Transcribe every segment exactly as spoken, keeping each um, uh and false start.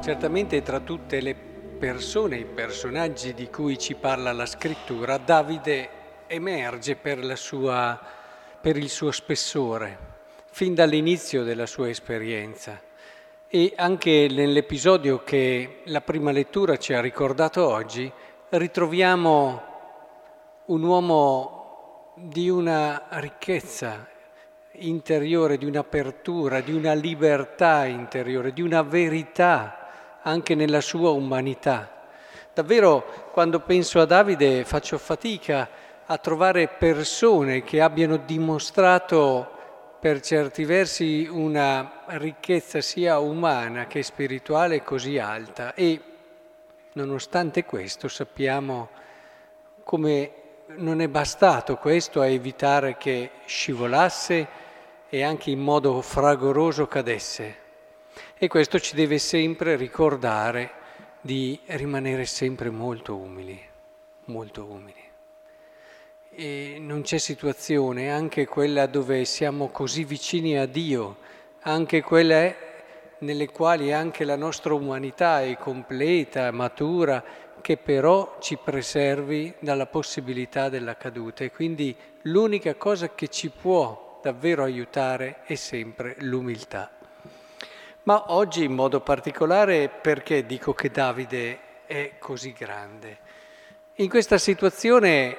Certamente tra tutte le persone, i personaggi di cui ci parla la scrittura, Davide emerge per la sua, per il suo spessore, fin dall'inizio della sua esperienza. E anche nell'episodio che la prima lettura ci ha ricordato oggi, ritroviamo un uomo di una ricchezza interiore, di un'apertura, di una libertà interiore, di una verità anche nella sua umanità. Davvero, quando penso a Davide, faccio fatica a trovare persone che abbiano dimostrato per certi versi una ricchezza sia umana che spirituale così alta. E nonostante questo sappiamo come non è bastato questo a evitare che scivolasse e anche in modo fragoroso cadesse. E questo ci deve sempre ricordare di rimanere sempre molto umili, molto umili. E non c'è situazione, anche quella dove siamo così vicini a Dio, anche quelle nelle quali anche la nostra umanità è completa, matura, che però ci preservi dalla possibilità della caduta. E quindi l'unica cosa che ci può davvero aiutare è sempre l'umiltà. Ma oggi in modo particolare perché dico che Davide è così grande? In questa situazione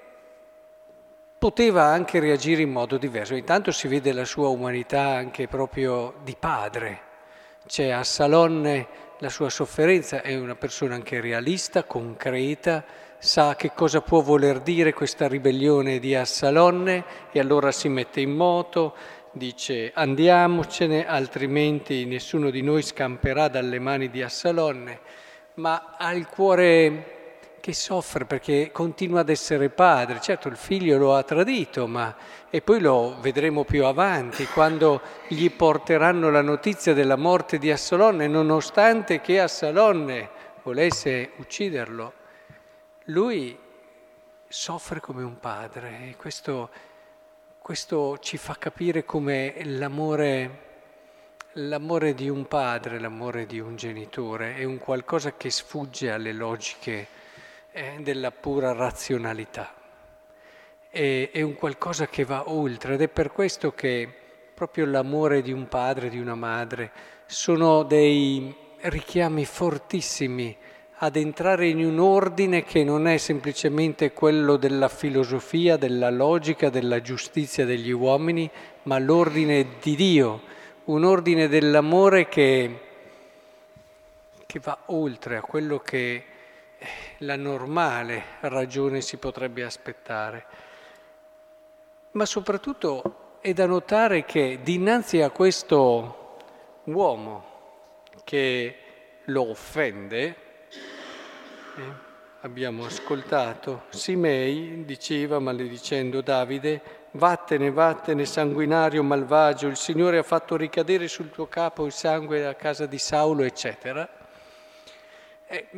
poteva anche reagire in modo diverso. Intanto si vede la sua umanità anche proprio di padre. C'è Assalonne, la sua sofferenza, è una persona anche realista, concreta, sa che cosa può voler dire questa ribellione di Assalonne e allora si mette in moto, dice andiamocene, altrimenti nessuno di noi scamperà dalle mani di Assalonne, ma ha il cuore che soffre perché continua ad essere padre. Certo, il figlio lo ha tradito, ma e poi lo vedremo più avanti, quando gli porteranno la notizia della morte di Assalonne, nonostante che Assalonne volesse ucciderlo. Lui soffre come un padre e questo, questo ci fa capire come l'amore, l'amore di un padre, l'amore di un genitore è un qualcosa che sfugge alle logiche della pura razionalità. È, è un qualcosa che va oltre ed è per questo che proprio l'amore di un padre, di una madre, sono dei richiami fortissimi ad entrare in un ordine che non è semplicemente quello della filosofia, della logica, della giustizia degli uomini, ma l'ordine di Dio, un ordine dell'amore che, che va oltre a quello che la normale ragione si potrebbe aspettare. Ma soprattutto è da notare che dinanzi a questo uomo che lo offende, eh, abbiamo ascoltato, Simei diceva maledicendo Davide: vattene, vattene, sanguinario malvagio, il Signore ha fatto ricadere sul tuo capo il sangue della casa di Saulo, eccetera. Eh,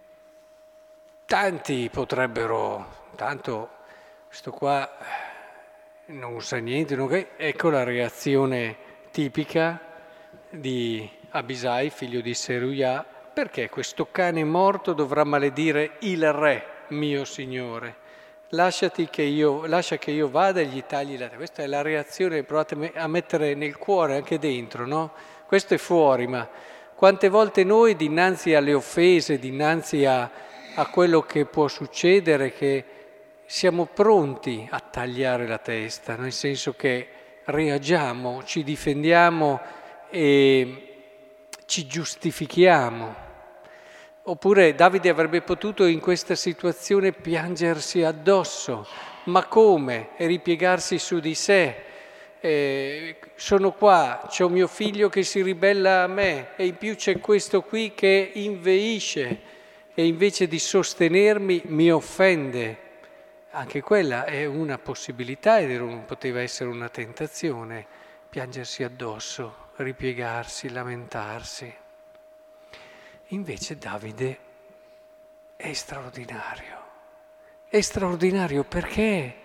Tanti potrebbero, tanto questo qua non sa niente, non che... ecco la reazione tipica di Abisai, figlio di Seruia: perché questo cane morto dovrà maledire il re, mio signore? Lasciati che io, lascia che io vada e gli tagli la testa. Questa è la reazione, provate a mettere nel cuore, anche dentro, no? Questo è fuori, ma quante volte noi dinanzi alle offese, dinanzi a a quello che può succedere, che siamo pronti a tagliare la testa, nel senso che reagiamo, ci difendiamo e ci giustifichiamo. Oppure Davide avrebbe potuto in questa situazione piangersi addosso, ma come? E ripiegarsi su di sé. Eh, sono qua, c'è un mio figlio che si ribella a me e in più c'è questo qui che inveisce e invece di sostenermi mi offende. Anche quella è una possibilità e poteva essere una tentazione, piangersi addosso, ripiegarsi, lamentarsi. Invece Davide è straordinario, è straordinario perché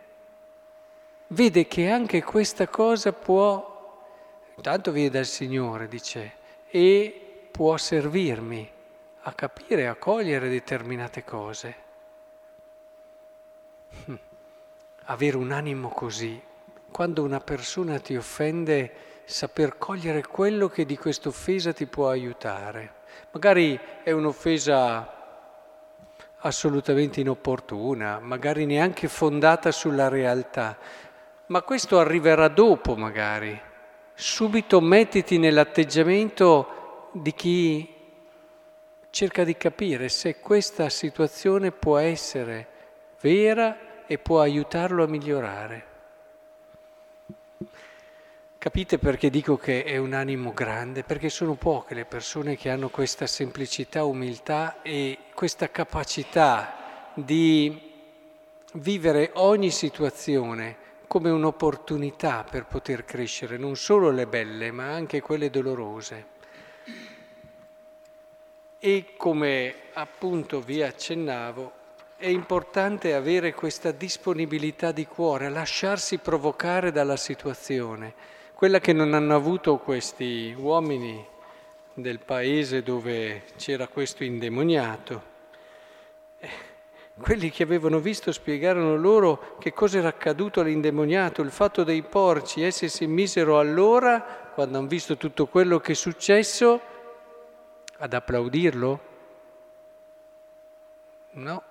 vede che anche questa cosa può, intanto viene dal Signore, dice, e può servirmi a capire, a cogliere determinate cose. Avere un animo così, quando una persona ti offende, saper cogliere quello che di questa offesa ti può aiutare. Magari è un'offesa assolutamente inopportuna, magari neanche fondata sulla realtà, ma questo arriverà dopo magari. Subito mettiti nell'atteggiamento di chi cerca di capire se questa situazione può essere vera e può aiutarlo a migliorare. Capite perché dico che è un animo grande? Perché sono poche le persone che hanno questa semplicità, umiltà e questa capacità di vivere ogni situazione come un'opportunità per poter crescere, non solo le belle, ma anche quelle dolorose. E come appunto vi accennavo, è importante avere questa disponibilità di cuore, a lasciarsi provocare dalla situazione. Quella che non hanno avuto questi uomini del paese dove c'era questo indemoniato. Quelli che avevano visto spiegarono loro che cosa era accaduto all'indemoniato, il fatto dei porci. Essi si misero allora, quando hanno visto tutto quello che è successo, ad applaudirlo? No.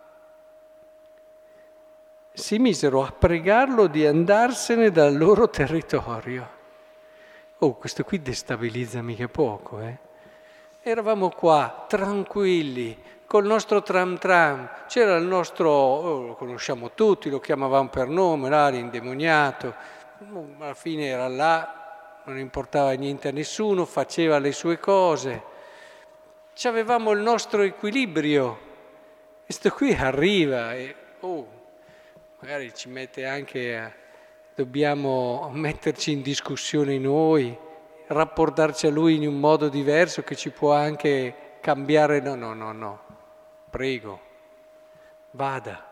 Si misero a pregarlo di andarsene dal loro territorio. Oh, questo qui destabilizza mica poco, eh? Eravamo qua, tranquilli, col nostro tram tram, c'era il nostro, oh, lo conosciamo tutti, lo chiamavamo per nome, là, l'indemoniato, alla fine era là, non importava niente a nessuno, faceva le sue cose, c'avevamo il nostro equilibrio, e sto qui arriva e, oh, magari ci mette anche a... Dobbiamo metterci in discussione noi, rapportarci a lui in un modo diverso che ci può anche cambiare. No, no, no, no, prego, vada.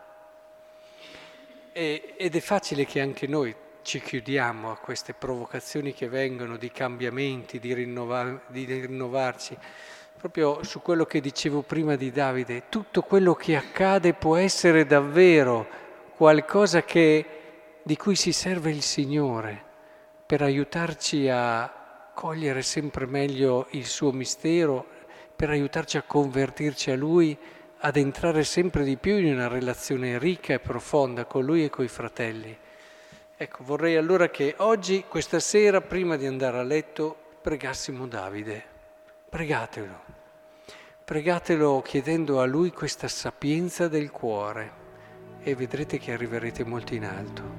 E, ed è facile che anche noi ci chiudiamo a queste provocazioni che vengono di cambiamenti, di, rinnova, di rinnovarci. Proprio su quello che dicevo prima di Davide, tutto quello che accade può essere davvero qualcosa che... di cui si serve il Signore per aiutarci a cogliere sempre meglio il suo mistero, per aiutarci a convertirci a Lui, ad entrare sempre di più in una relazione ricca e profonda con Lui e coi fratelli. Ecco, vorrei allora che oggi, questa sera, prima di andare a letto, pregassimo Davide. Pregatelo. Pregatelo chiedendo a Lui questa sapienza del cuore e vedrete che arriverete molto in alto.